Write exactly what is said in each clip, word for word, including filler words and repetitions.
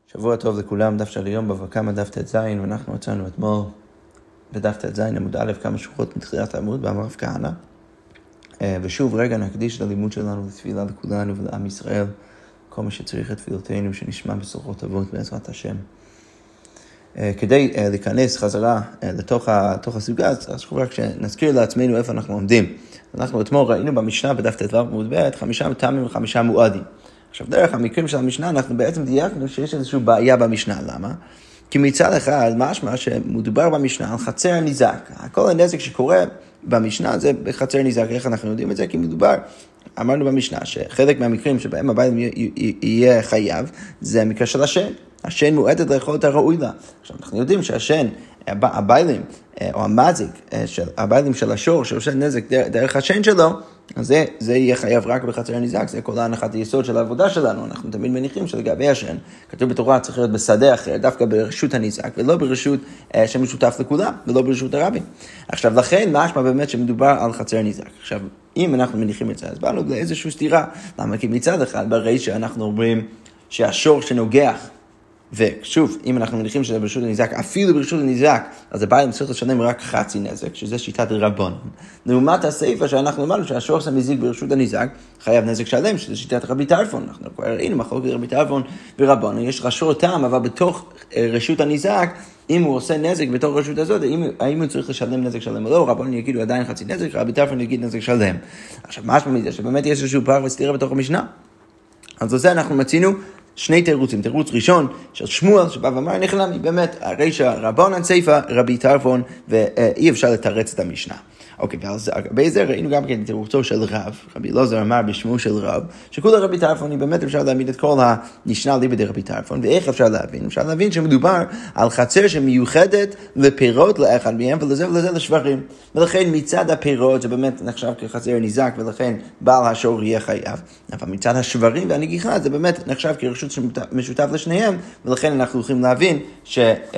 שבוע טוב לכולם, דף של היום בבא קמא דף ט"ז, ואנחנו מצאנו אתמול בדף ט"ז עמוד א' כמה שורות מתחילת העמוד באמר רב כהנא. ושוב רגע נקדיש ללימוד שלנו לתפילה לכולנו ולעם ישראל, כל מה שצריך את תפילותינו שנשמע בשורות טובות בעזרת השם. כדי להיכנס חזרה לתוך, לתוך הסוגיה, אז חשוב רק שנזכיר לעצמנו איפה אנחנו עומדים. אנחנו אתמול ראינו במשנה בדף ט"ו עמוד ב' חמישה טעמים וחמישה מועדים. עכשיו, דרך המקרים של המשנה, אנחנו בעצם דייקנו שיש איזושהי בעיה במשנה. למה? כי מצד אחד, משמע שמדובר במשנה על חצר ניזק. כל הנזק שקורה במשנה זה בחצר ניזק. איך אנחנו יודעים את זה? כי מדובר, אמרנו במשנה, שחלק מהמקרים שבהם הבעלים יהיה חייב, זה המקרה של השן. השן מועדת לאכול את הראוי לה. עכשיו, אנחנו יודעים שהשן, הבעלים, או המזיק, של, הבעלים של השור, שעושה נזק דרך השן שלו, אז זה, זה יהיה חייב רק בחצר ניזק, זה כל ההנחת היסוד של העבודה שלנו. אנחנו תמיד מניחים שלגבי השן, כתוב בתורה צריך להיות בשדה אחר, דווקא ברשות הניזק, ולא ברשות אה, שמשותף לכולם, ולא ברשות הרבים. עכשיו, לכן, משמע באמת שמדובר על חצר ניזק. עכשיו, אם אנחנו מניחים את זה, אז באנו לאיזושהי סתירה. למה? כי מצד אחד, ברי שאנחנו אומרים שהשור שנוגח, ושוב, אם אנחנו מניחים שזה ברשות הניזק, אפילו ברשות הניזק, אז הבעלים צריך לשלם רק חצי נזק, שזה שיטת רבנן. לעומת הסעיפה שאנחנו אמרנו שהשור שמזיק ברשות הניזק, חייב נזק שלם, שזה שיטת רבי טרפון. אנחנו כבר ראינו, מחלוקת רבי טרפון ורבנן, יש שור טעם, אבל בתוך רשות הניזק, אם הוא עושה נזק בתוך רשות הזאת, האם הוא צריך לשלם נזק שלם או לא, רבנן יגידו עדיין חצי נזק, רבי טרפון יגיד נזק שלם. עכשיו, מה משמע מזה? שבאמת יש איזשהו פער וסתירה בתוך המשנה. אז לזה אנחנו מצינו שני תירוצים. תירוץ ראשון של שמואל שבא ואמר נחלמי, באמת הרי שהרבנן סייפה רבי טרפון ואי אפשר לתרץ את המשנה. אוקיי, ואז בזה ראינו גם כן תירוצו של רב, רבי אלעזר אמר בשמו של רב, שכולה רבי טרפון, באמת אפשר להעמיד את כל המשנה ליבדי רבי טרפון, ואיך אפשר להבין? אפשר להבין שמדובר על חצר שמיוחדת לפירות לאחד מהם, ולזה ולזה לשברים. ולכן מצד הפירות זה באמת נחשב כחצר ניזק, ולכן בעל השור יהיה חייב. אבל מצד השברים והנגיחה זה באמת נחשב כרשות משותף לשניהם, ולכן אנחנו יכולים להבין ש...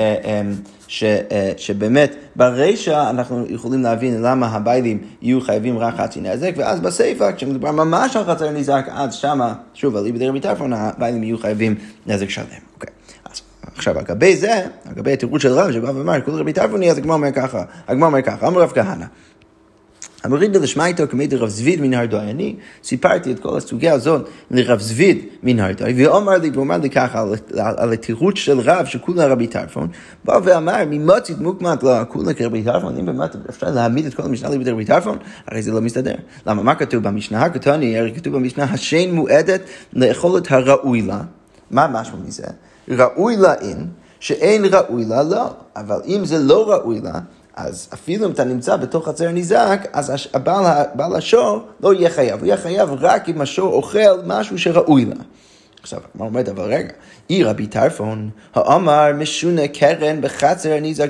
ש, שבאמת ברישה אנחנו יכולים להבין למה הבעלים יהיו חייבים רק חצי נזק, ואז בסייפה, כשמדובר ממש על חצר ניזק, אז שמה, שוב, על ליבדי רבי טרפון, הבעלים יהיו חייבים נזק שלם. אוקיי. אז עכשיו, אגבי זה, אגבי התירוץ של רב, שבא ואמר, כל רבי טרפון, אז הגמרא אומר ככה, הגמרא אומר ככה, אמר רב כהנא. אמריד לשמע איתו כמדי רב זביד מן הרדוי. אני סיפרתי את כל הסוגיה הזאת לרב זביד מן הרדוי, ואומר לי, ואומר לי ככה, על, על, על התירוץ של רב שכולה רבי טרפון, בא ואמר, ממוצית מוקמת לכולה כרבי טרפון, אם באמת אפשר להעמיד את כל המשנה ליבדי רבי טרפון, הרי זה לא מסתדר. למה? מה כתוב במשנה? כתוני, הרי כתוב במשנה, השן מועדת לאכול את הראוי לה. מה משהו מזה? ראוי לה אין, שאין ראוי לה לא. אבל אם זה לא ראוי לה, אז אפילו אם אתה נמצא בתוך חצר ניזק, אז הבעל, הבעל השור לא יהיה חייב. הוא יהיה חייב רק אם השור אוכל משהו שראוי לה. עכשיו, מה אומרת? אבל רגע, אי רבי טרפון, האמר משונה קרן בחצר ניזק,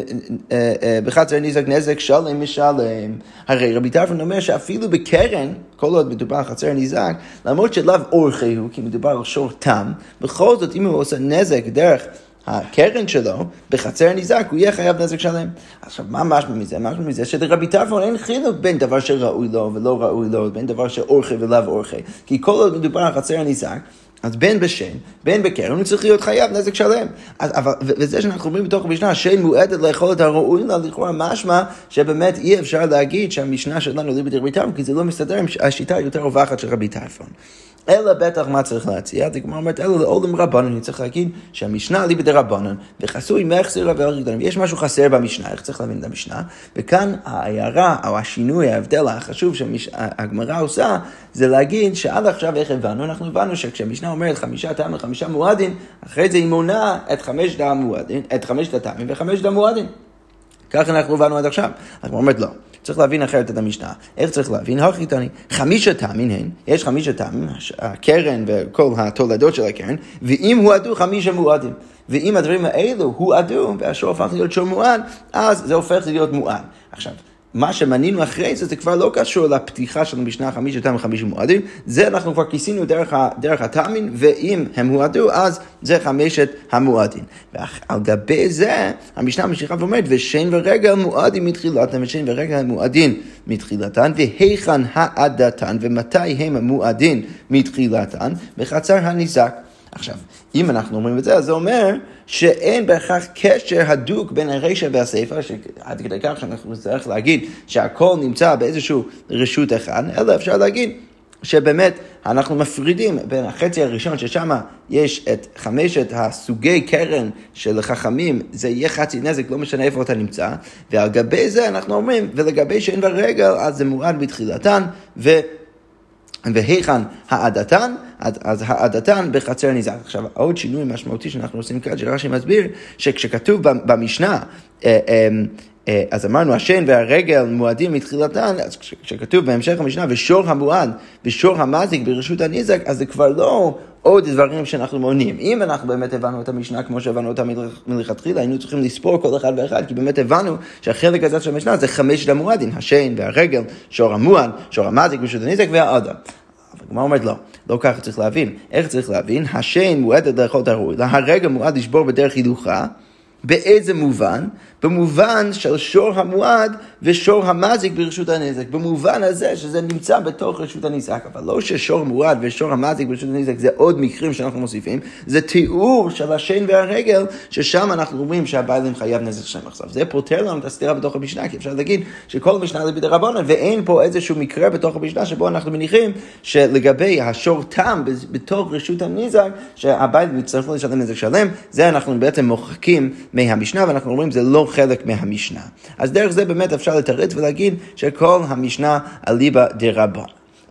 בחצר ניזק נזק שלם משלם. הרי רבי טרפון אומר שאפילו בקרן, כל עוד מדובר על חצר ניזק, למרות שלאו אורחי הוא, כי מדובר על שור תם, בכל זאת אם הוא עושה נזק דרך הקרן שלו, בחצר ניזק, הוא יהיה חייב נזק שלם. עכשיו, מה משמע מזה? משמע מזה שלרבי טרפון אין חילוק בין דבר שראוי לו ולא ראוי לו, בין דבר שאורחי ולאו אורחי. כי כל עוד מדובר על חצר ניזק, אז בין בשן, בין בקרן, הוא צריך להיות חייב נזק שלם. אז, אבל, וזה שאנחנו אומרים בתוך המשנה, השן מועדת לאכול את הראוי לה, לכאורה משמע שבאמת אי אפשר להגיד שהמשנה שלנו ליבדי רבי טרפון, כי זה לא מסתדר עם השיטה יותר רווחת של רבי טרפון. אלא בטח מה צריך להציע, זה כמו אומרת, אלא לעולם רבנן, אני צריך להגיד שהמשנה ליבדי רבנן, וחסוי מחסיר וערך גדולים, יש משהו חסר במשנה, איך צריך להבין את המשנה, וכאן ההערה, או השינוי, ההבדל החשוב שהגמרא עושה, זה להגיד שעד עכשיו איך הבנו, אנחנו הבנו שכשהמשנה אומרת חמישה טעמים וחמישה מועדים, אחרי זה היא מונה את חמשת המועדים, את חמשת הטעמים וחמשת המועדים. ככה אנחנו הבנו עד עכשיו. אז הוא אומר לא. צריך להבין אחרת את המשנה. איך צריך להבין? הכי תני. חמישה טעמים הן, יש חמישה טעמים, הקרן וכל התולדות של הקרן, ואם הועדו חמישה מועדים. ואם הדברים האלו הועדו, והשור הופך להיות שור מועד, אז זה הופך להיות מועד. עכשיו, מה שמנינו אחרי זה, זה כבר לא קשור לפתיחה של המשנה חמישה טעמים וחמישה מועדים, זה אנחנו כבר כיסינו דרך, דרך הטעמים, ואם הם הועדו, אז זה חמשת המועדים. ועל גבי זה, המשנה ממשיכה ואומרת, ושן ורגל מועדים מתחילתן, ושן ורגל מועדים מתחילתן, והיכן העדתן, ומתי הם המועדים מתחילתן, בחצר הניזק. עכשיו, אם אנחנו אומרים את זה, אז זה אומר שאין בהכרח קשר הדוק בין הרשע והסיפא, שעד כדי כך שאנחנו צריך להגיד שהכל נמצא באיזשהו רשות אחד, אלא אפשר להגיד שבאמת אנחנו מפרידים בין החצי הראשון ששם יש את חמשת הסוגי קרן של חכמים, זה יהיה חצי נזק, לא משנה איפה אתה נמצא, ועל גבי זה אנחנו אומרים, ולגבי שאין ברגל, אז זה מועד בתחילתן, ו... והיכן העדתן, אז העדתן בחצר ניזק. עכשיו, עוד שינוי משמעותי שאנחנו עושים כאן, שרש"י מסביר, שכשכתוב במשנה, אז אמרנו, השן והרגל מועדים מתחילתן, אז כשכתוב בהמשך המשנה, ושור המועד ושור המזיק ברשות הניזק, אז זה כבר לא עוד דברים שאנחנו מונים. אם אנחנו באמת הבנו את המשנה כמו שהבנו אותה מלכתחילה, היינו צריכים לספור כל אחד ואחד, כי באמת הבנו שהחלק הזה של המשנה זה חמשת המועדים, השן והרגל, שור המועד, שור המזיק ברשות הניזק והאדם. אבל כמו אומרת לא, לא ככה צריך להבין. איך צריך להבין? השן מועדת לאכול את הראוי, הרגל מועד לשבור בדרך הילוכה, באיזה מובן? במובן של שור המועד ושור המזיק ברשות הנזק. במובן הזה שזה נמצא בתוך רשות הנזק. אבל לא ששור מועד ושור המזיק ברשות הנזק זה עוד מקרים שאנחנו מוסיפים. זה תיאור של השן והרגל, ששם אנחנו אומרים שהבעלים חייב נזק שלהם עכשיו. זה פותר לנו את הסתירה בתוך המשנה, כי אפשר להגיד שכל המשנה זה בידי רבנן, ואין פה איזשהו מקרה בתוך המשנה שבו אנחנו מניחים שלגבי השור תם בתוך רשות הנזק, שהבעלים יצטרכו לשלם נזק שלם, זה אנחנו בעצם מוחקים מהמשנה, ואנחנו אומרים זה לא חלק מהמשנה. אז דרך זה באמת אפשר לתרץ ולהגיד שכל המשנה אליבא דרבנן.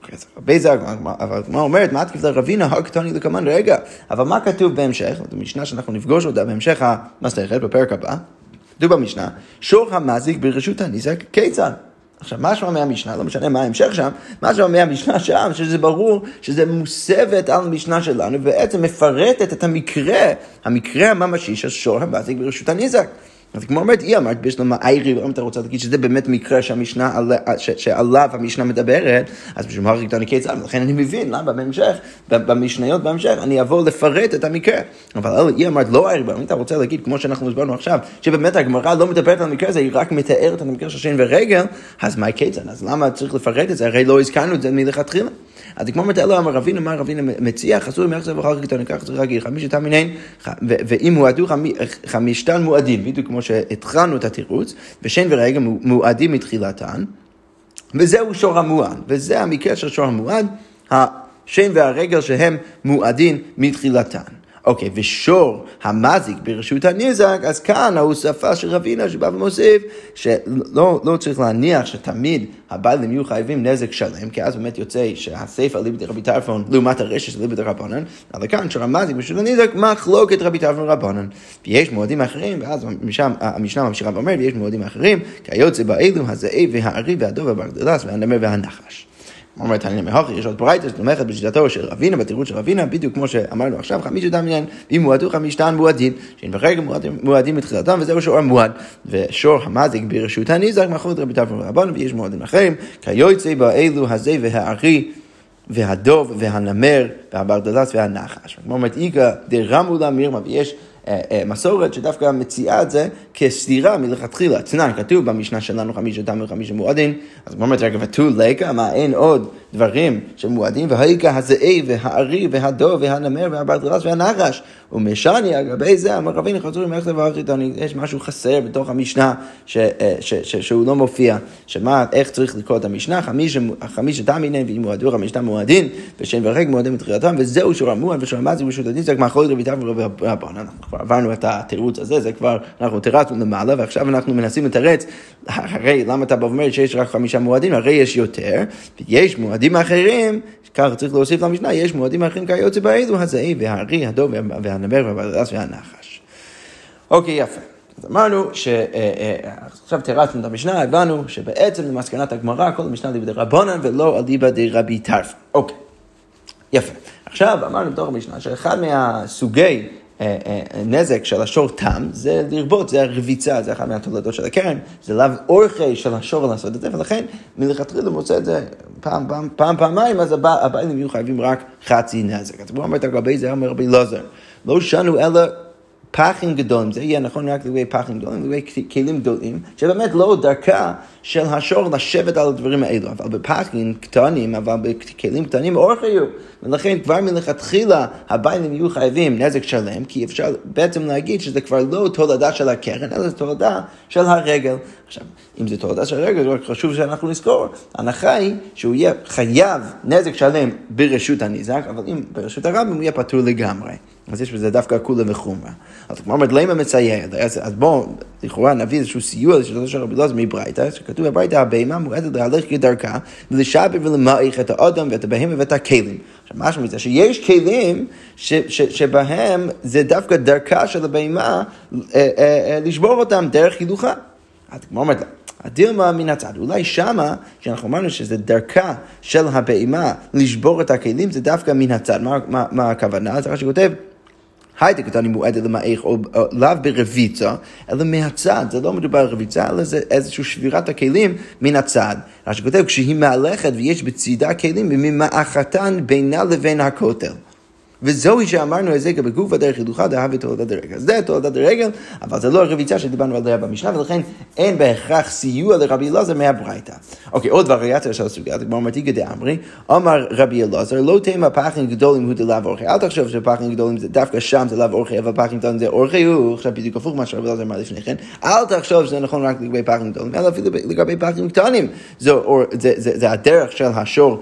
אבל מה אומרת, מה תקיף לרבינה, הקטני לקמן, רגע, אבל מה כתוב בהמשך? במשנה שאנחנו נפגוש אותה בהמשך המסכת בפרק הבא, כתוב במשנה, שור המזיק ברשות הניזק כיצד? עכשיו, מה שמה מהמשנה, לא משנה מה ההמשך שם, מה שמה מהמשנה שם, שזה ברור שזה מוסבת על המשנה שלנו, ובעצם מפרטת את המקרה, המקרה הממשי של שור המזיק ברשות הניזק. אז כמו אומרת, היא אמרת בשלמה איירי, ואם אתה רוצה להגיד שזה באמת מקרה שהמשנה, שעליו המשנה מדברת, אז בשביל מה רקטני כיצד, לכן אני מבין למה בהמשך, במשניות בהמשך, אני אבוא לפרט את המקרה. אבל היא אמרת לא איירי, ואם אתה רוצה להגיד, כמו שאנחנו הסברנו עכשיו, שבאמת הגמרא לא מדברת על המקרה הזה, היא רק מתארת את המקרה של שן ורגל, אז מה כיצד? אז למה צריך לפרט את זה? הרי לא הזכרנו את זה מלכתחילה. אז כמו אומרת, אלו אמר רבינו, מה רבינו מציע, חסור מיחסר וחל קטני, כך צריך להגיד, חמישתם מינין, ואם מועדו חמישתן מועדים, בדיוק כמו שהתחלנו את התירוץ, ושן ורגל מועדים מתחילתן, וזהו שור המועד, וזה המקרה של שור המועד, השן והרגל שהם מועדים מתחילתן. אוקיי, ושור המזיק ברשות הנזק, אז כאן ההוספה של רבינה שבא ומוסיף, שלא לא צריך להניח שתמיד הבעלים יהיו חייבים נזק שלם, כי אז באמת יוצא שהסייפה ליבד רבי טרפון לעומת הרשע של ליבד רבנן, אבל כאן שור המזיק ברשות הנזק מחלוקת רבי טרפון רבנן. ויש מועדים אחרים, ואז משם, המשנה ממשיכה ואומר, ויש מועדים אחרים, כיוצא באלו הזאב והארי והדוב והברדלס והנמר והנחש. אומרת, אני מהוכי, יש עוד ברייתא שתומכת בשיטתו של רבינה, בתירוץ של רבינה, בדיוק כמו שאמרנו עכשיו, חמישתם מינין, ואם מועדו חמישתן מועדים, שאין ברגע מועדים מתחילתם, וזהו שור המועד, ושור המזיק ברשות הניזק, מחלוקת רבי טרפון רבנן, ויש מועדים אחרים, כיוצא באלו הזה והארי, והדוב והנמר, והברדלס והנחש. כמו אומרת, איגה דרמולה מירמה, ויש מסורת שדווקא מציעה את זה כסתירה מלכתחילה. תנן, כתוב במשנה שלנו חמישתם וחמישה מועדים, אז כמו אומרת, רגע ותול לקה, מה אין עוד דברים שמועדים, והאיקה הזאב והארי והדוב והנמר והברדלס והנחש. ומשני, אגבי זה, אמר רבינו חזורים, איך לברך איתנו, יש משהו חסר בתוך המשנה ש, ש, ש, שהוא לא מופיע, שמה, איך צריך לקרוא את המשנה, חמישתם מינין, ואם מועדו חמישתם מועדים, ושן ורגל מועדים מתחילתם, וזהו שור המועד ושור המזיק ברשות הניזק, מחלוקת רבי טרפון רבנן. אנחנו עברנו את התירוץ הזה, זה כבר, אנחנו תירצנו למעלה, ועכשיו אנחנו מנסים לתרץ, הרי למה אתה אומר שיש רק חמישה מועדים, הרי יש יותר, ויש מועדים אחרים, כך צריך להוסיף למשנה, יש מועדים אחרים כיוצא באלו, הזאב והארי, הדוב והנמר והברדלס והנחש. אוקיי, יפה. אז אמרנו שעכשיו תירצנו את המשנה, הבנו שבעצם למסקנת הגמרא, כל המשנה ליבא דרבנן ולא אליבא דרבי טרפון. אוקיי, יפה. עכשיו אמרנו בתוך המשנה שאחד מהסוגי נזק של השור תם, זה לרבות, זה הרביצה, זה אחד מהתולדות של הקרן, זה לאו אורכי של השור לעשות את זה, ולכן מלכתחילה מוצא את זה פעם, פעם, פעם, פעמיים, אז הבעלים יהיו חייבים רק חצי נזק. אז בואו אומרת, רבי זה אומר רבי אלעזר, לא שנו אלא פחים גדולים, זה יהיה נכון רק לגבי פחים גדולים, לגבי כלים גדולים, שבאמת לא דרכה של השור לשבת על הדברים האלו, אבל בפחים קטנים, אבל בכלים קטנים אורך יהיו, ולכן כבר מלכתחילה הבעלים יהיו חייבים נזק שלם, כי אפשר בעצם להגיד שזה כבר לא תולדה של הקרן, אלא זה תולדה של הרגל. עכשיו, אם זה תולדה של הרגל, זה חשוב שאנחנו נזכור, ההנחה היא שהוא יהיה חייב נזק שלם ברשות הנזק, אבל אם ברשות הרבים הוא יהיה פטור לגמרי. אז יש בזה דווקא כולה וחומרה. אז כמו אומרת, למה מצייר? אז, אז בואו, לכאורה נביא איזשהו סיוע לשאלה של רבי אלעזר מברייתא, שכתוב בברייתא, הבהמה מועדת להלך כדרכה, ולשבר ולמעיך את האדם ואת הבהמה ואת הכלים. עכשיו, משהו מזה, שיש כלים ש, ש, שבהם זה דווקא דרכה של הבהמה אה, אה, אה, לשבור אותם דרך הילוכה. אז כמו אומרת, הדילמה מן הצד, אולי שמה, כשאנחנו אמרנו שזה דרכה של הבהמה לשבור את הכלים, זה דווקא מן הצד. מה, מה, מה הכוונה? זה שכותב, הייתה קטני מועדת למעיך, או לאו ברביצה, אלא מהצד, זה לא מדובר על רביצה, אלא זה איזושהי שבירת הכלים מן הצד. רש"י כותב, כשהיא מהלכת ויש בצידה כלים, ממעכתן בינה לבין הכותל. וזוהי שאמרנו את זה בגוף הדרך הילוכה, דהה ותולדת הרגל. זה תולדת הרגל, אבל זה לא הרביצה שדיברנו עליה במשנה, ולכן אין בהכרח סיוע לרבי אלעזר מהברייתא. אוקיי, עוד וריאציה של הסוגיה, זה כמו אמרתי דאמרי, אמר רבי אלעזר, לא תימא פחים גדולים הוא דלאו אורחי. אל תחשוב שפחים גדולים זה דווקא שם זה לאו אורחי, אבל פחים גדולים זה אורחי, הוא עכשיו בדיוק הפוך מה שרבי אלעזר אמר לפני כן. אל תחשוב שזה נכון רק לגבי פחים גדולים, אלא אפילו לגבי פחים קטנים. זה הדרך של השור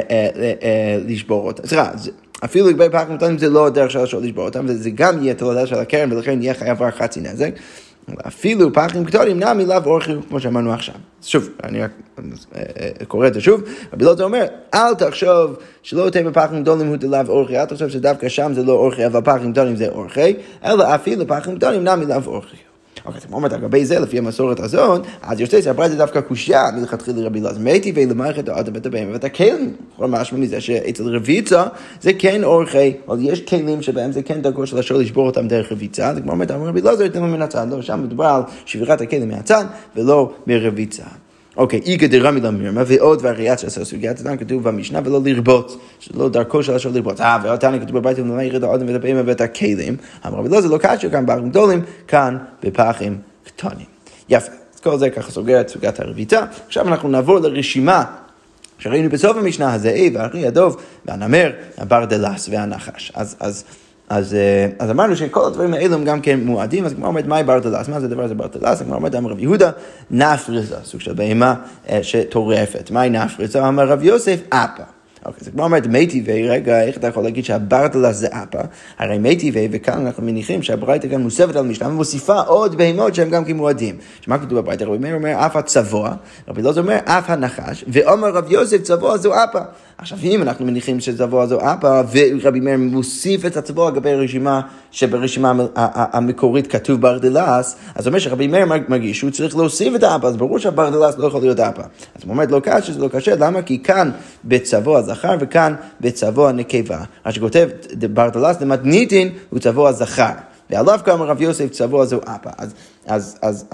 לשבור אותה. אפילו לגבי פחים קטנים זה לא הדרך של השור לשבור אותם, וזה גם יהיה תולדה של הקרן, ולכן יהיה חייב רק חצי נזק. אפילו פחים קטנים נמי לאו אורחי, כמו שאמרנו עכשיו. שוב, אני רק קורא את זה שוב. רבי אלעזר אומר, אל תחשוב שלא תהיה בפחים גדולים הוא דלאו אורחי, אל תחשוב שדווקא שם זה לא אורחי, אבל פחים קטנים זה אורחי, אלא אפילו פחים קטנים נמי לאו אורחי. אוקיי, זאת אומרת, לגבי זה, לפי המסורת הזאת, אז יוצא שהברייתא דווקא קושיה מלכתחילה לרבי אלעזר. מאיתי ולמערכת את האדם ואת הבהמה ואת הכלים. כל משמע מזה שאצל רביצה זה כן אורחי, אבל יש כלים שבהם זה כן דרכו של השור לשבור אותם דרך רביצה. זה כמו אומרת, רבי אלעזר יתנו מן הצד, לא, שם מדובר על שבירת הכלים מהצד ולא מרביצה. אוקיי, איגא דרמי למרמה, ועוד וריאציה של הסוגיה, זה כתוב במשנה, ולא לרבות, שלא דרכו של השור לרבות. אה, ואותנו כתוב בברייתא ולמערכת את האדם ואת הבהמה ואת הכלים. אמר רבי אלעזר לא קשור כאן בפחים גדולים, כאן בפחים קטנים. יפה, אז כל זה ככה סוגר את סוגיית הרביצה. עכשיו אנחנו נעבור לרשימה שראינו בסוף המשנה הזה, והארי, הדוב, והנמר, הברדלס והנחש. אז, אז, אז, אז אמרנו שכל הדברים האלו הם גם כן מועדים, אז כמו אומרת, מהי ברדלס? מה זה דבר הזה ברדלס? כמו אומרת, אמר רב יהודה, נפרזה, סוג של בהמה שטורפת. מהי נפרזה? אמר רב יוסף, אפה. אוקיי, זה כמו אומרת, מי טבעי, רגע, איך אתה יכול להגיד שהברדלס זה אפה? הרי מי טבעי, וכאן אנחנו מניחים שהברייתא גם מוספת על משנה, ומוסיפה עוד בהמות שהם גם כמועדים. שמה כתוב בברייתא? רבי מאיר אומר, אף הצבוע, רבי אלעזר אומר, אף הנחש, ואומר רב יוסף, צבוע זו אפה. עכשיו, אם אנחנו מניחים שצבוע זו אפה, ורבי מאיר מוסיף את הצבוע לגבי הרשימה, שברשימה המקורית כתוב ברדלס, אז אומר שרבי מאיר מרגיש שהוא צריך להוסיף את האפה, אז ברור שהברדלס לא יכול להיות אפה. אז הוא אומר, לא קשה, זה לא קשה, למה? כי כאן בצבוע זכר, וכאן בצבוע נקבה. אז שכותב, ברדלס למתניתין הוא צבוע זכר. ועליו כאמר רב יוסף צבוע זו אפה. אז, אז, אז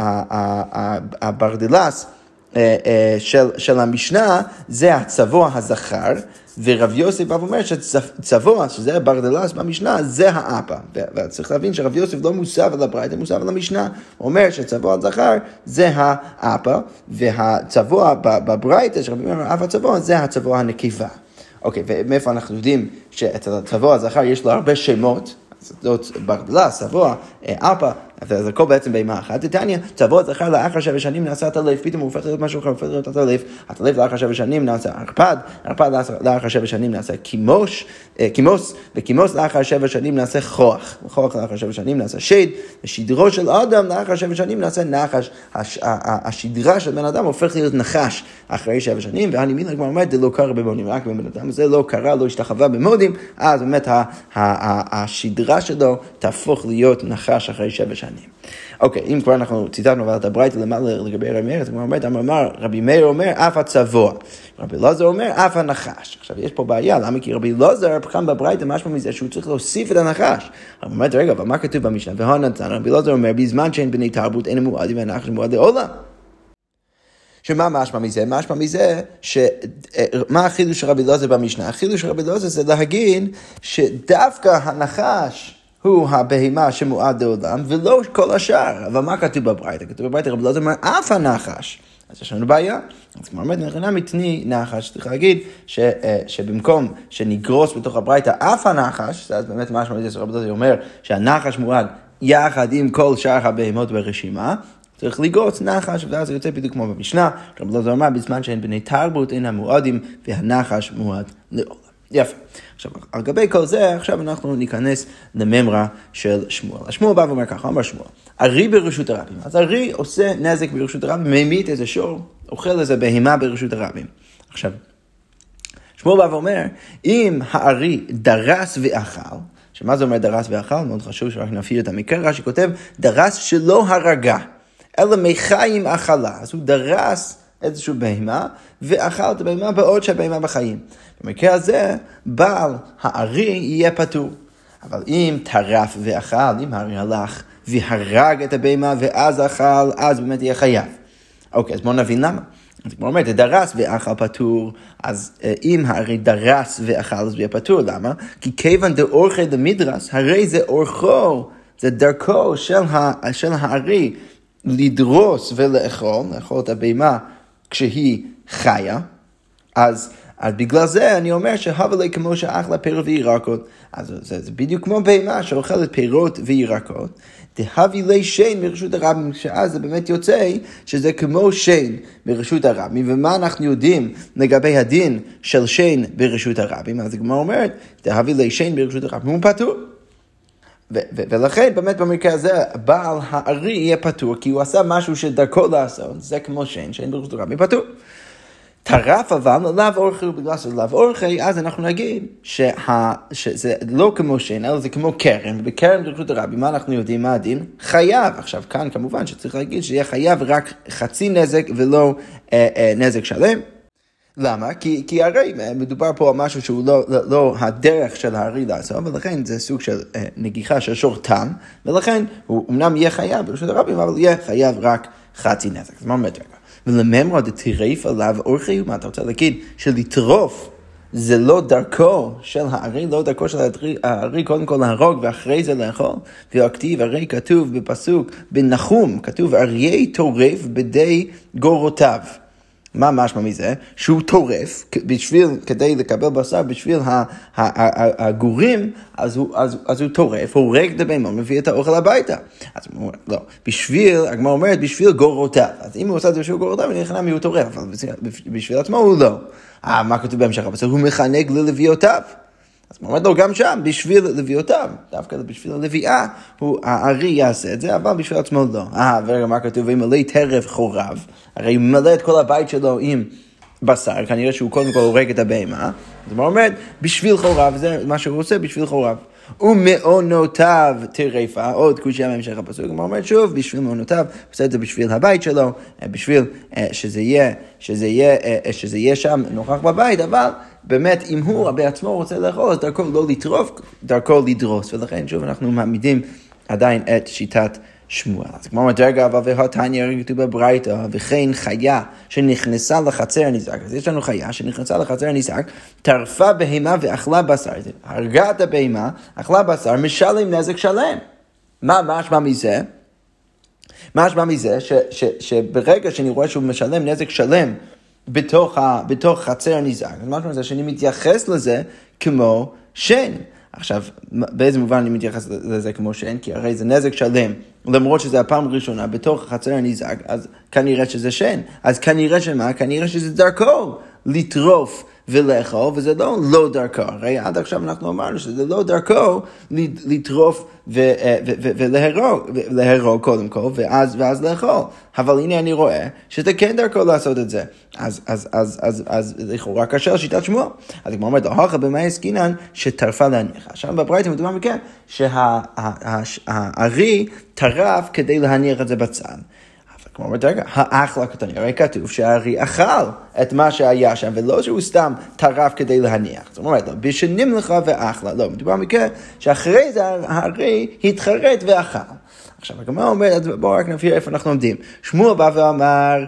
הברדלס של, של המשנה זה הצבוע הזכר, ורב יוסף בא ואומר שצבוע, שזה הברדלס במשנה, זה האפה. וצריך להבין שרב יוסף לא מוסף על הברייתא, מוסף על המשנה. הוא אומר שצבוע הזכר זה האפה, והצבוע בברייתא, שרב יוסף אומר, אף הצבוע זה הצבוע הנקבה. אוקיי, ומאיפה אנחנו יודעים שאצל הצבוע הזכר יש לו הרבה שמות, זאת ברדלס, צבוע, אפה, אז הכל בעצם בהמה אחת. תתניא, צבוע זכר לאחר שבע שנים נעשה הטלף, פתאום הוא הופך להיות משהו אחר, הופך להיות הטלף, הטלף לאחר שבע שנים נעשה ערפד, ערפד לאחר שבע שנים נעשה כימוש, כימוס, וכימוס לאחר שבע שנים נעשה כוח, וכוח לאחר שבע שנים נעשה שד, ושדרו של אדם לאחר שבע שנים נעשה נחש, השדרה של בן אדם הופך להיות נחש אחרי שבע שנים, ואני מילה כבר אומרת, זה לא קרה במודים, רק בבן אדם, זה לא קרה, לא השתחווה במודים, אז באמת השדרה שלו תהפוך להיות נחש אחרי שבע שנים. אוקיי, אם כבר אנחנו ציטטנו את הברייתא למעלה לגבי רבי מאיר, אז כמו אומרת, אמר, רבי מאיר אומר, אף הצבוע. רבי אלעזר אומר, אף הנחש. עכשיו, יש פה בעיה, למה? כי רבי אלעזר, כאן בברייתא, משמע מזה שהוא צריך להוסיף את הנחש. רבי אומרת, רגע, אבל מה כתוב במשנה? והנתן, רבי אלעזר אומר, בזמן שאין בני תרבות, אין מועדים והנחש מועד לעולם. שמה משמע מזה? משמע מזה ש... מה החידוש של רבי אלעזר במשנה? החידוש של רבי אלעזר זה להגיד שדווקא הנחש הוא הבהמה שמועד לעולם, ולא כל השאר. אבל מה כתוב בברייתא? כתוב בברייתא, רבי אלעזר אומר, אף הנחש. אז יש לנו בעיה. אז כמו אומרת, נכונה מתני נחש, צריך להגיד ש, שבמקום שנגרוס בתוך הברייתא אף הנחש, זה באמת משהו מזה שרבי אלעזר אומר, שהנחש מועד יחד עם כל שאר הבהמות ברשימה, צריך לגרוס נחש, ואז זה יוצא בדיוק כמו במשנה, רבי אלעזר אומר, בזמן שאין בני תרבות, אין המועדים, והנחש מועד לעולם. יפה. עכשיו, על גבי כל זה, עכשיו אנחנו ניכנס לממרה של שמואל. השמואל בא ואומר ככה, אמר שמואל, ארי ברשות הרבים. אז ארי עושה נזק ברשות הרבים, ממית איזה שור, אוכל איזה בהמה ברשות הרבים. עכשיו, שמואל בא ואומר, אם הארי דרס ואכל, שמה זה אומר דרס ואכל? מאוד חשוב שרק נפעיל את המקרה, רש"י כותב, דרס שלא הרגה, אלא מחיים אכלה. אז הוא דרס איזשהו בהמה, ואכל את הבהמה בעוד שהבהמה בחיים. במקרה הזה, בעל הארי יהיה פטור. אבל אם טרף ואכל, אם הארי הלך והרג את הבהמה ואז אכל, אז באמת יהיה חייב. אוקיי, אז בואו נבין למה. אז כמו אומרת, דרס ואכל פטור, אז אם הארי דרס ואכל, אז הוא יהיה פטור. למה? כי כיוון דאורחי למדרס, הרי זה אורחו, זה דרכו של, ה, של הארי לדרוס ולאכול, לאכול את הבהמה כשהיא חיה, אז, אז בגלל זה אני אומר שהווה לי כמו שאכלה פירות וירקות, אז זה, זה בדיוק כמו בהמה שאוכלת פירות וירקות, תהבי לי שן מרשות הרבים, שאז זה באמת יוצא שזה כמו שן ברשות הרבים, ומה אנחנו יודעים לגבי הדין של שן ברשות הרבים, אז כמו אומרת, תהבי לי שן ברשות הרבים, הוא פטור. ו- ו- ולכן באמת במקרה הזה בעל הארי יהיה פטור, כי הוא עשה משהו שדרכו לעשות, זה כמו שן, שן ברשות הרבים פטור. טרף אבל לאו אורחי, בגלל שזה לאו אורחי, אז אנחנו נגיד שה, שזה לא כמו שן, אלא זה כמו קרן, ובקרן ברשות הרבים, מה אנחנו יודעים, מה הדין? חייב. עכשיו כאן כמובן שצריך להגיד שיהיה חייב רק חצי נזק ולא אה, אה, נזק שלם. למה? כי, כי הרי מדובר פה על משהו שהוא לא, לא, לא הדרך של הארי לעשות, ולכן זה סוג של אה, נגיחה של שור תם, ולכן הוא אמנם יהיה חייב ברשות הרבים, אבל יהיה חייב רק חצי נזק. אז מה אומרת רגע? ולממרה דתירף עליו אורחי, מה אתה רוצה להגיד? שלטרוף זה לא דרכו של הארי, לא דרכו של הארי קודם כל להרוג ואחרי זה לאכול, והכתיב הרי כתוב בפסוק בנחום, כתוב אריה טורף בדי גורותיו. מה משמע מזה? שהוא טורף, בשביל, כדי לקבל בשר, בשביל הגורים, אז הוא, אז, אז הוא טורף, הורג את הבהמה, מביא את האוכל הביתה. אז הוא אומר, לא, בשביל, הגמרא אומרת, בשביל גורותיו. אז אם הוא עושה את זה בשביל גורותיו, אני נכנע מי הוא טורף, אבל בשביל עצמו הוא לא. אה, מה כתוב בהמשך? בסדר, הוא מחנק ללוויותיו. אז הוא אומר לו גם שם, בשביל לוויותיו, דווקא בשביל הלוויה, הארי יעשה את זה, אבל בשביל עצמו לא. אה, ורגע מה כתוב, אם מלא טרף חורב, הרי הוא מלא את כל הבית שלו עם בשר, כנראה שהוא קודם כל הורג את הבהמה, אז הוא אומר, בשביל חורב, זה מה שהוא עושה, בשביל חורב. ומעונותיו טרפה, עוד קושיה מהמשך הפסוק, הוא אומר שוב, בשביל מעונותיו, עושה את זה בשביל הבית שלו, בשביל שזה יהיה, שזה יהיה, שזה יהיה שם נוכח בבית, אבל באמת אם הוא בעצמו רוצה לאכול, אז דרכו לא לטרוף, דרכו לדרוס, ולכן שוב אנחנו מעמידים עדיין את שיטת שמואל. אז כמו אומרת רגע, אבל והתניא הרי כתוב בברייתא, וכן חיה שנכנסה לחצר הנזק. אז יש לנו חיה שנכנסה לחצר הנזק, טרפה בהמה ואכלה בשר. הרגה את הבהמה, אכלה בשר, משלם נזק שלם. מה משמע מזה? משמע מזה ש, ש, שברגע שאני רואה שהוא משלם נזק שלם בתוך, ה, בתוך חצר הנזק, אז משמע מזה שאני מתייחס לזה כמו שן. עכשיו, באיזה מובן אני מתייחס לזה כמו שן? כי הרי זה נזק שלם, למרות שזה הפעם הראשונה בתוך חצר הנזק, אז כנראה שזה שן. אז כנראה שמה? כנראה שזה דרכו לטרוף ולאכול, וזה לא לא דרכו. הרי עד עכשיו אנחנו אמרנו שזה לא דרכו לטרוף ולהרוג קודם כל, ואז, ואז לאכול. אבל הנה אני רואה שזה כן דרכו לעשות את זה. אז, אז, אז, אז, אז לכאורה קשה שיטת שמואל. אז כמו אומרת, ההוכה במה עסקינן שטרפה להניח. עכשיו בברייתא מדובר מכן שהארי טרף כדי להניח את זה בצד. כמו אומרת, רגע, האכלה קטני, הרי כתוב שהארי אכל את מה שהיה שם, ולא שהוא סתם טרף כדי להניח. זאת אומרת, לא, בשנים לך ואכלה, לא, מדובר מכן שאחרי זה הארי התחרט ואכל. עכשיו, הגמרא אומרת, בואו רק נבהיר איפה אנחנו עומדים. שמואל בא ואמר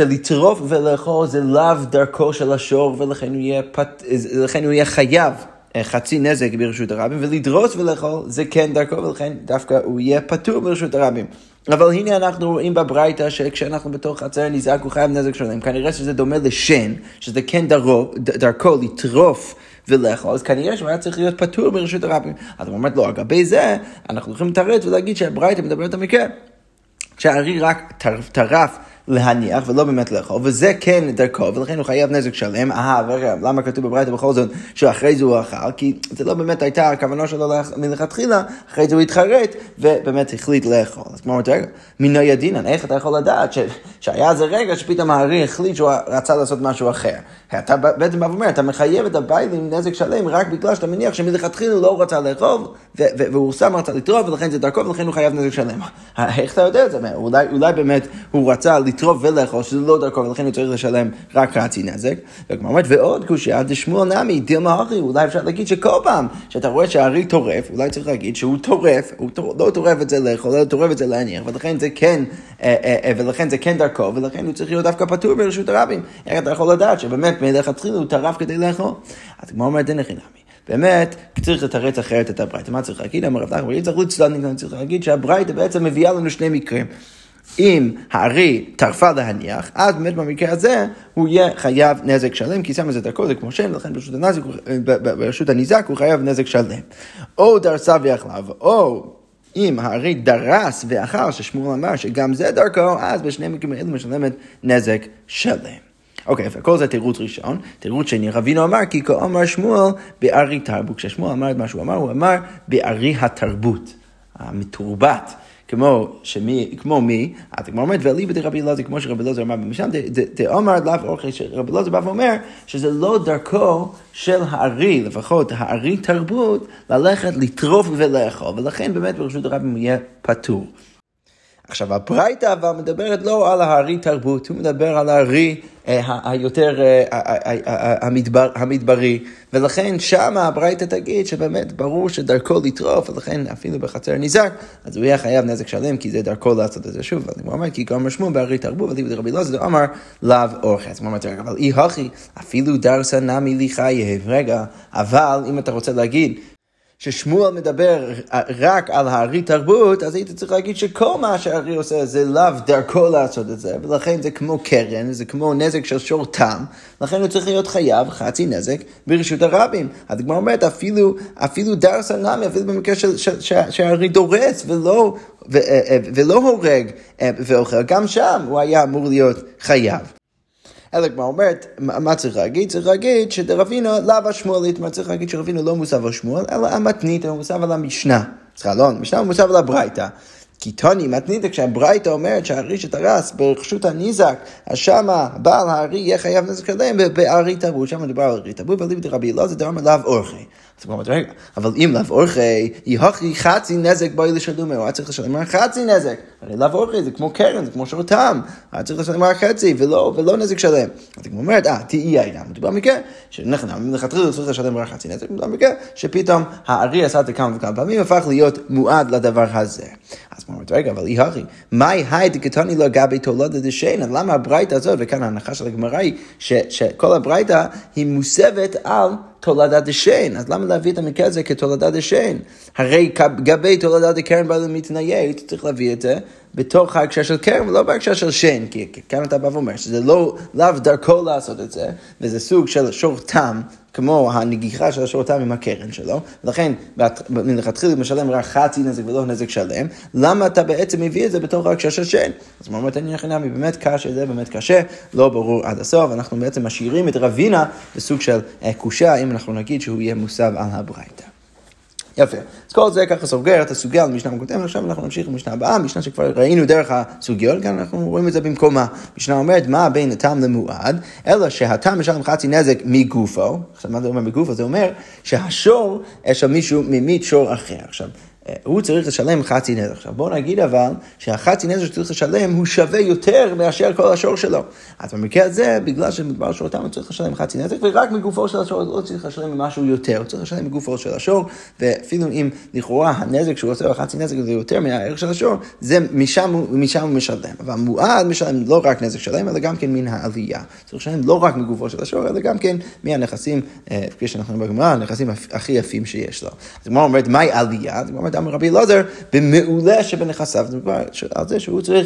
שלטרוף ולאכול זה לאו דרכו של השור, ולכן הוא יהיה, פת... לכן הוא יהיה חייב חצי נזק ברשות הרבים, ולדרוס ולאכול זה כן דרכו, ולכן דווקא הוא יהיה פטור ברשות הרבים. אבל הנה אנחנו רואים בברייתא שכשאנחנו בתוך חצר ניזק הוא חייב נזק שלם. כנראה שזה דומה לשן, שזה כן דרכו, דרכו לטרוף ולאכול, אז כנראה שהוא היה צריך להיות פטור ברשות הרבים. אז הוא אומר לו, אגבי זה, אנחנו יכולים לתרץ ולהגיד שהברייתא מדברת המקרה. כשהארי רק טרף להניח ולא באמת לאכול, וזה כן דרכו, ולכן הוא חייב נזק שלם. אה, ורגע, למה כתוב בברייתא בכל זאת שאחרי זה הוא אכל? כי זה לא באמת הייתה הכוונה שלו מלכתחילה, אחרי זה הוא התחרט, ובאמת החליט לאכול. אז כמו אומרת, רגע, מן הידינן, איך אתה יכול לדעת ש... שהיה איזה רגע שפתאום הארי החליט שהוא רצה לעשות משהו אחר? אתה בעצם בא ואומר, אתה מחייב את הבית עם נזק שלם רק בגלל שאתה מניח שמלכתחילה הוא לא רצה לאכול, והוא שם רצה לטרוף, ולכן זה דרכו, ולכן הוא חייב נזק שלם. איך אתה יודע את זה? אולי, אולי באמת הוא רצה לטרוף ולאכול, שזה לא דרכו, ולכן הוא צריך לשלם רק חצי נזק. וכמו אומרת, ועוד קושיה, דשמואל נמי, דילמה אחי, אולי אפשר להגיד שכל פעם שאתה רואה שהארי טורף, אולי צריך להגיד שהוא טורף, הוא לא טורף את זה לאכול, אלא טורף את זה להניח, ולכן זה כן, ולכן זה כן דרכו, ולכן הוא צריך להיות דווקא פטור ברשות הרבים. איך אתה יכול לדעת שבאמת מלכתחילה הוא טרף כדי לאכול? אז כמו אומרת, אין הכי נמי. באמת, צריך לתרץ אחרת את הברייתא. מה צריך להגיד? אמר רב נחמן, צריך לצלול, צריך להגיד שהברייתא בעצם מביאה לנו שני מקרים. אם הארי טרפה להניח, אז באמת במקרה הזה הוא יהיה חייב נזק שלם, כי שם זה דרכו, זה כמו שם, ולכן ברשות הנזק, ברשות הניזק הוא חייב נזק שלם. או דרסה ואכלה, או אם הארי דרס ואכל, ששמואל אמר שגם זה דרכו, אז בשני מקרים האלה משלמת נזק שלם. אוקיי, וכל זה תירוץ ראשון. תירוץ שני, רבינו אמר, כי כה אמר שמואל בארי תרבות. כששמואל אמר את מה שהוא אמר, הוא אמר בארי התרבות, המתורבת. כמו שמי, כמו מי, אתה כמו אומרת, ואלי בדי רבי אלעזר, כמו שרבי אלעזר אמר במשנה, תאמר לאו אורכי, שרבי אלעזר בא ואומר, שזה לא דרכו של הארי, לפחות הארי תרבות, ללכת לטרוף ולאכול, ולכן באמת ברשות הרבים יהיה פטור. עכשיו, הברייתא אבל מדברת לא על הארי תרבות, הוא מדבר על הארי היותר המדברי, ולכן שם הברייתא תגיד שבאמת ברור שדרכו לטרוף, ולכן אפילו בחצר ניזק, אז הוא יהיה חייב נזק שלם, כי זה דרכו לעשות את זה שוב. אז הוא אומר, כי גם משמעו בארי תרבות, ואלי רבי אלעזר אמר לאו אורכי. אז הוא אומר, אבל אי הכי, אפילו דרסה נמי לי חייב. רגע, אבל אם אתה רוצה להגיד, ששמואל מדבר רק על הארי תרבות, אז היית צריך להגיד שכל מה שהארי עושה זה לאו דרכו לעשות את זה, ולכן זה כמו קרן, זה כמו נזק של שור תם, לכן הוא צריך להיות חייב חצי נזק ברשות הרבים. אז כמו אומרת, אפילו, אפילו דרסה נמי, אפילו במקרה שהארי דורס ולא, ו, ולא הורג ואוכל, גם שם הוא היה אמור להיות חייב. אלא כמו אומרת, מה צריך להגיד? צריך להגיד שדרבינו לאו שמואלית, מה צריך להגיד שרבינו לא מוסף על שמואל, אלא המתנית, הוא מוסף על המשנה. סליחה, לא, המשנה הוא מוסף על הברייתא. כי תוני מתנית, כשהברייתא אומרת שהארי שטרס ברשות הניזק, אז שמה בעל הארי יהיה חייב נזק שלם בארי תרבות, שמה מדבר על ארי תרבות, ואלי בדי רבי אלעזר דבר לאו אורכי. אז כמו אומרת, רגע, אבל אם לאו אורכי, יהכי חצי נזק בואי לשלום, הוא היה צריך לשלם רק חצי נזק. הרי לאו אורכי זה כמו קרן, זה כמו שור תם, היה צריך לשלם רק חצי, ולא, ולא נזק שלם. אז כמו אומרת, אה, תהי העניין, מדובר מקרה, שנכנע, מלכתחילה הוא צריך לשלם רק חצי נזק, מדובר מקרה, שפתאום הארי עשה את זה כמה וכמה פעמים, הפך להיות מועד לדבר הזה. אז כמו אומרת, רגע, אבל יהכי, מהי היי דקתוני לא גבי תולדה דשן? אז למה הברייתא הזאת, וכאן ההנחה של הגמרא היא, שכל הברייתא היא מוסבת על תולדת דשן. אז למה להביא את המקרה הזה כתולדת דשן? הרי גבי תולדת דקרן בא למתניה, היית צריך להביא את זה בתוך ההקשר של קרן ולא בהקשר של שן, כי כאן אתה בא ואומר שזה לא לאו דרכו לעשות את זה, וזה סוג של שור תם, כמו הנגיחה של השור תם עם הקרן שלו, ולכן מלכתחילה משלם רק חצי נזק ולא נזק שלם, למה אתה בעצם מביא את זה בתוך ההקשר של שן? אז הוא אומר, תני חינמי, באמת קשה, זה באמת קשה, לא ברור עד הסוף, אנחנו בעצם משאירים את רבינה בסוג של קושה, אם אנחנו נגיד שהוא יהיה מוסב על הברייתא. יפה. אז כל זה ככה סוגר את הסוגיה על משנה מקודמת, עכשיו אנחנו נמשיך למשנה הבאה, משנה שכבר ראינו דרך הסוגיות, כאן אנחנו רואים את זה במקומה. משנה אומרת, מה בין התם למועד, אלא שהתם משלם חצי נזק מגופו. עכשיו, מה זה אומר מגופו? זה אומר שהשור יש שם מישהו ממית שור אחר. עכשיו, הוא צריך לשלם חצי נזק. עכשיו בואו נגיד אבל שהחצי נזק שצריך לשלם הוא שווה יותר מאשר כל השור שלו. אז במקרה הזה, בגלל שמדבר שורתם, הוא צריך לשלם חצי נזק, ורק מגופו של השור הוא לא צריך לשלם משהו יותר, הוא צריך לשלם מגופו של השור, ואפילו אם לכאורה הנזק שהוא עושה בחצי נזק זה יותר מהערך של השור, זה משם, משם הוא משלם. אבל מועד משלם לא רק נזק שלם, אלא גם כן מן העלייה. צריך לשלם לא רק מגופו של השור, אלא גם כן מהנכסים, כפי שאנחנו בגמרא, הנכסים הכי יפים שיש לו. אז כמו אומרת, מהי עלייה? אז כמו אומרת, אמר רבי אלעזר, במעולה שבנכסיו, זה מדבר על זה שהוא צריך,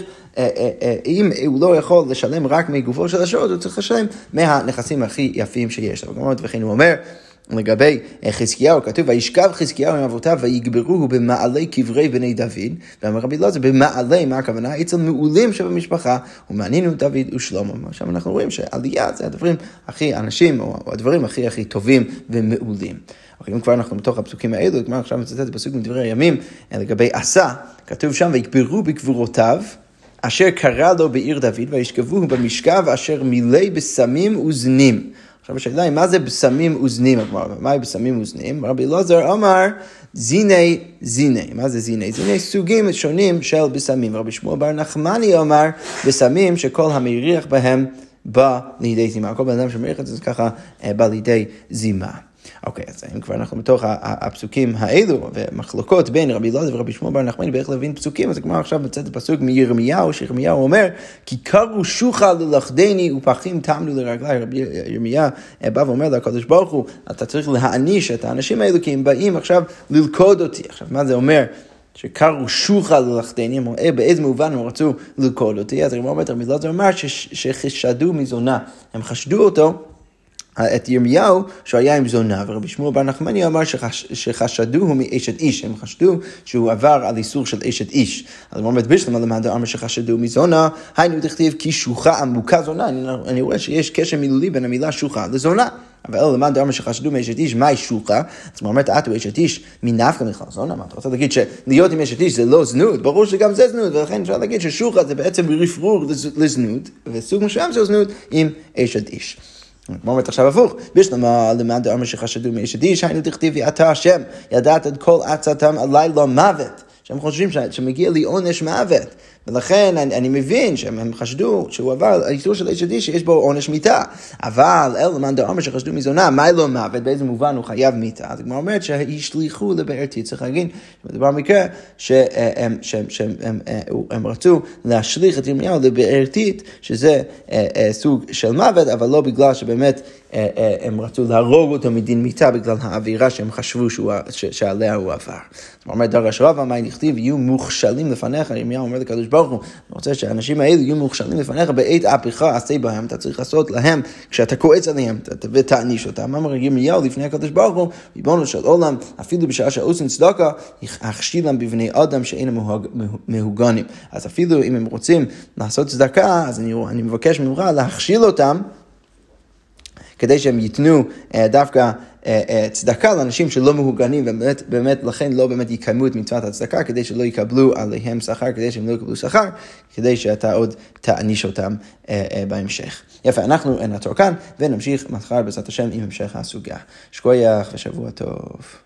אם הוא לא יכול לשלם רק מגופו של השור, הוא צריך לשלם מהנכסים הכי יפים שיש לו. כמו אומרת, וכן הוא אומר, לגבי חזקיהו, כתוב, וישכב חזקיהו עם אבותיו ויגברוהו במעלי קברי בני דוד, ואמר רבי אלעזר, במעלי, מה הכוונה? אצל מעולים שבמשפחה, ומענינו דוד ושלמה. עכשיו אנחנו רואים שעלייה זה הדברים הכי אנשים, או הדברים הכי הכי טובים ומעולים. אוקיי, אם כבר אנחנו בתוך הפסוקים האלו, כמו עכשיו מצטט בפסוק מדברי הימים, לגבי עשה, כתוב שם, ויקברו בקבורותיו, אשר קרא לו בעיר דוד, וישכבוהו במשכב, אשר מילא בסמים וזנים. עכשיו השאלה היא, מה זה בסמים וזנים? מה היא בסמים וזנים? רבי אלעזר אמר, זיני זיני. מה זה זיני? זיני סוגים שונים של בסמים. רבי שמואל בר נחמני אמר, בסמים שכל המריח בהם בא לידי זימה. כל בן אדם שמריח את זה ככה בא לידי זימה. אוקיי, אז אם כבר אנחנו בתוך הפסוקים האלו, ומחלוקות בין רבי אלעזר ורבי שמואל בר נחמני באיך להבין פסוקים, אז כמו עכשיו מצאת הפסוק מירמיהו, שירמיהו אומר, כי קרו שוחה ללכדני ופחים טמנו לרגלי. רבי ירמיה בא ואומר לקדוש ברוך הוא, אתה צריך להעניש את האנשים האלו, כי הם באים עכשיו ללכוד אותי. עכשיו, מה זה אומר? שקרו שוחה ללכדני, באיזה מובן הם רצו ללכוד אותי? אז רבי אלעזר אומר שחשדו מזונה, הם חשדו אותו, את ירמיהו שהוא היה עם זונה, ורבי שמואל בר נחמני אמר שחש, שחשדוהו מאשת איש, הם חשדו שהוא עבר על איסור של אשת איש. אז הוא אומר בשלמה למד אמר שחשדוהו מזונה, היינו תכתיב כי שוחה עמוקה זונה, אני, אני רואה שיש קשר מילולי בין המילה שוחה לזונה. אבל אלו למד אמר שחשדו מאשת איש, מהי שוחה? אז הוא אומר, תעתו אשת איש, מנפקא מכלל זונה? מה, אתה רוצה להגיד שלהיות עם אשת איש זה לא זנות? ברור שגם זה זנות, ולכן אפשר להגיד ששוחה זה בעצם רפרור לזנות, וסוג מסוים של זנות עם אשת איש. כמו אומרת עכשיו הפוך, בשלמה למד אמר שחשדו מאשת איש, היינו תכתיבי אתה השם, ידעת את כל עצתם עלי לא מוות, שהם חושבים שמגיע לי עונש מוות, ולכן אני, אני מבין שהם חשדו שהוא עבר על האיסור של אשת איש שיש בו עונש מיתה, אבל אל למד אמר שחשדו מזונה, מה לא מוות, באיזה מובן הוא חייב מיתה, אז כמו אומרת שהשליחו לבארתי, צריך להגיד, מדובר מקרה שהם, שהם, שהם, הם, הם רצו להשליך את ירמיהו לבארתית, שזה סוג של מוות, אבל לא בגלל שבאמת הם רצו להרוג אותו מדין מיתה, בגלל האווירה שהם חשבו שהוא, שעליה הוא עבר. זאת אומרת, דרש רבא, מה נכתיב, יהיו מוכשלים לפניך, ירמיהו אומר לקדוש ברוך הוא, אני רוצה שהאנשים האלה יהיו מוכשלים לפניך, בעת ההפיכה עשה בהם, אתה צריך לעשות להם, כשאתה קועץ עליהם, ותעניש אותם. אמר ירמיהו לפני הקדוש ברוך הוא, ריבונו של עולם, אפילו בשעה שעושים צדקה, יכשילם בבני אדם שאינם מהוגנים. אז אפילו אם הם רוצים לעשות צדקה, אז אני, אני מבקש ממך להכשיל אותם, כדי שהם ייתנו דווקא צדקה לאנשים שלא מהוגנים, ובאמת באמת לכן לא באמת יקיימו את מצוות הצדקה, כדי שלא יקבלו עליהם שכר, כדי שהם לא יקבלו שכר, כדי שאתה עוד תעניש אותם בהמשך. יפה, אנחנו נעצור כאן, ונמשיך מחר בעזרת השם עם המשך הסוגיה. שכוייך ושבוע טוב.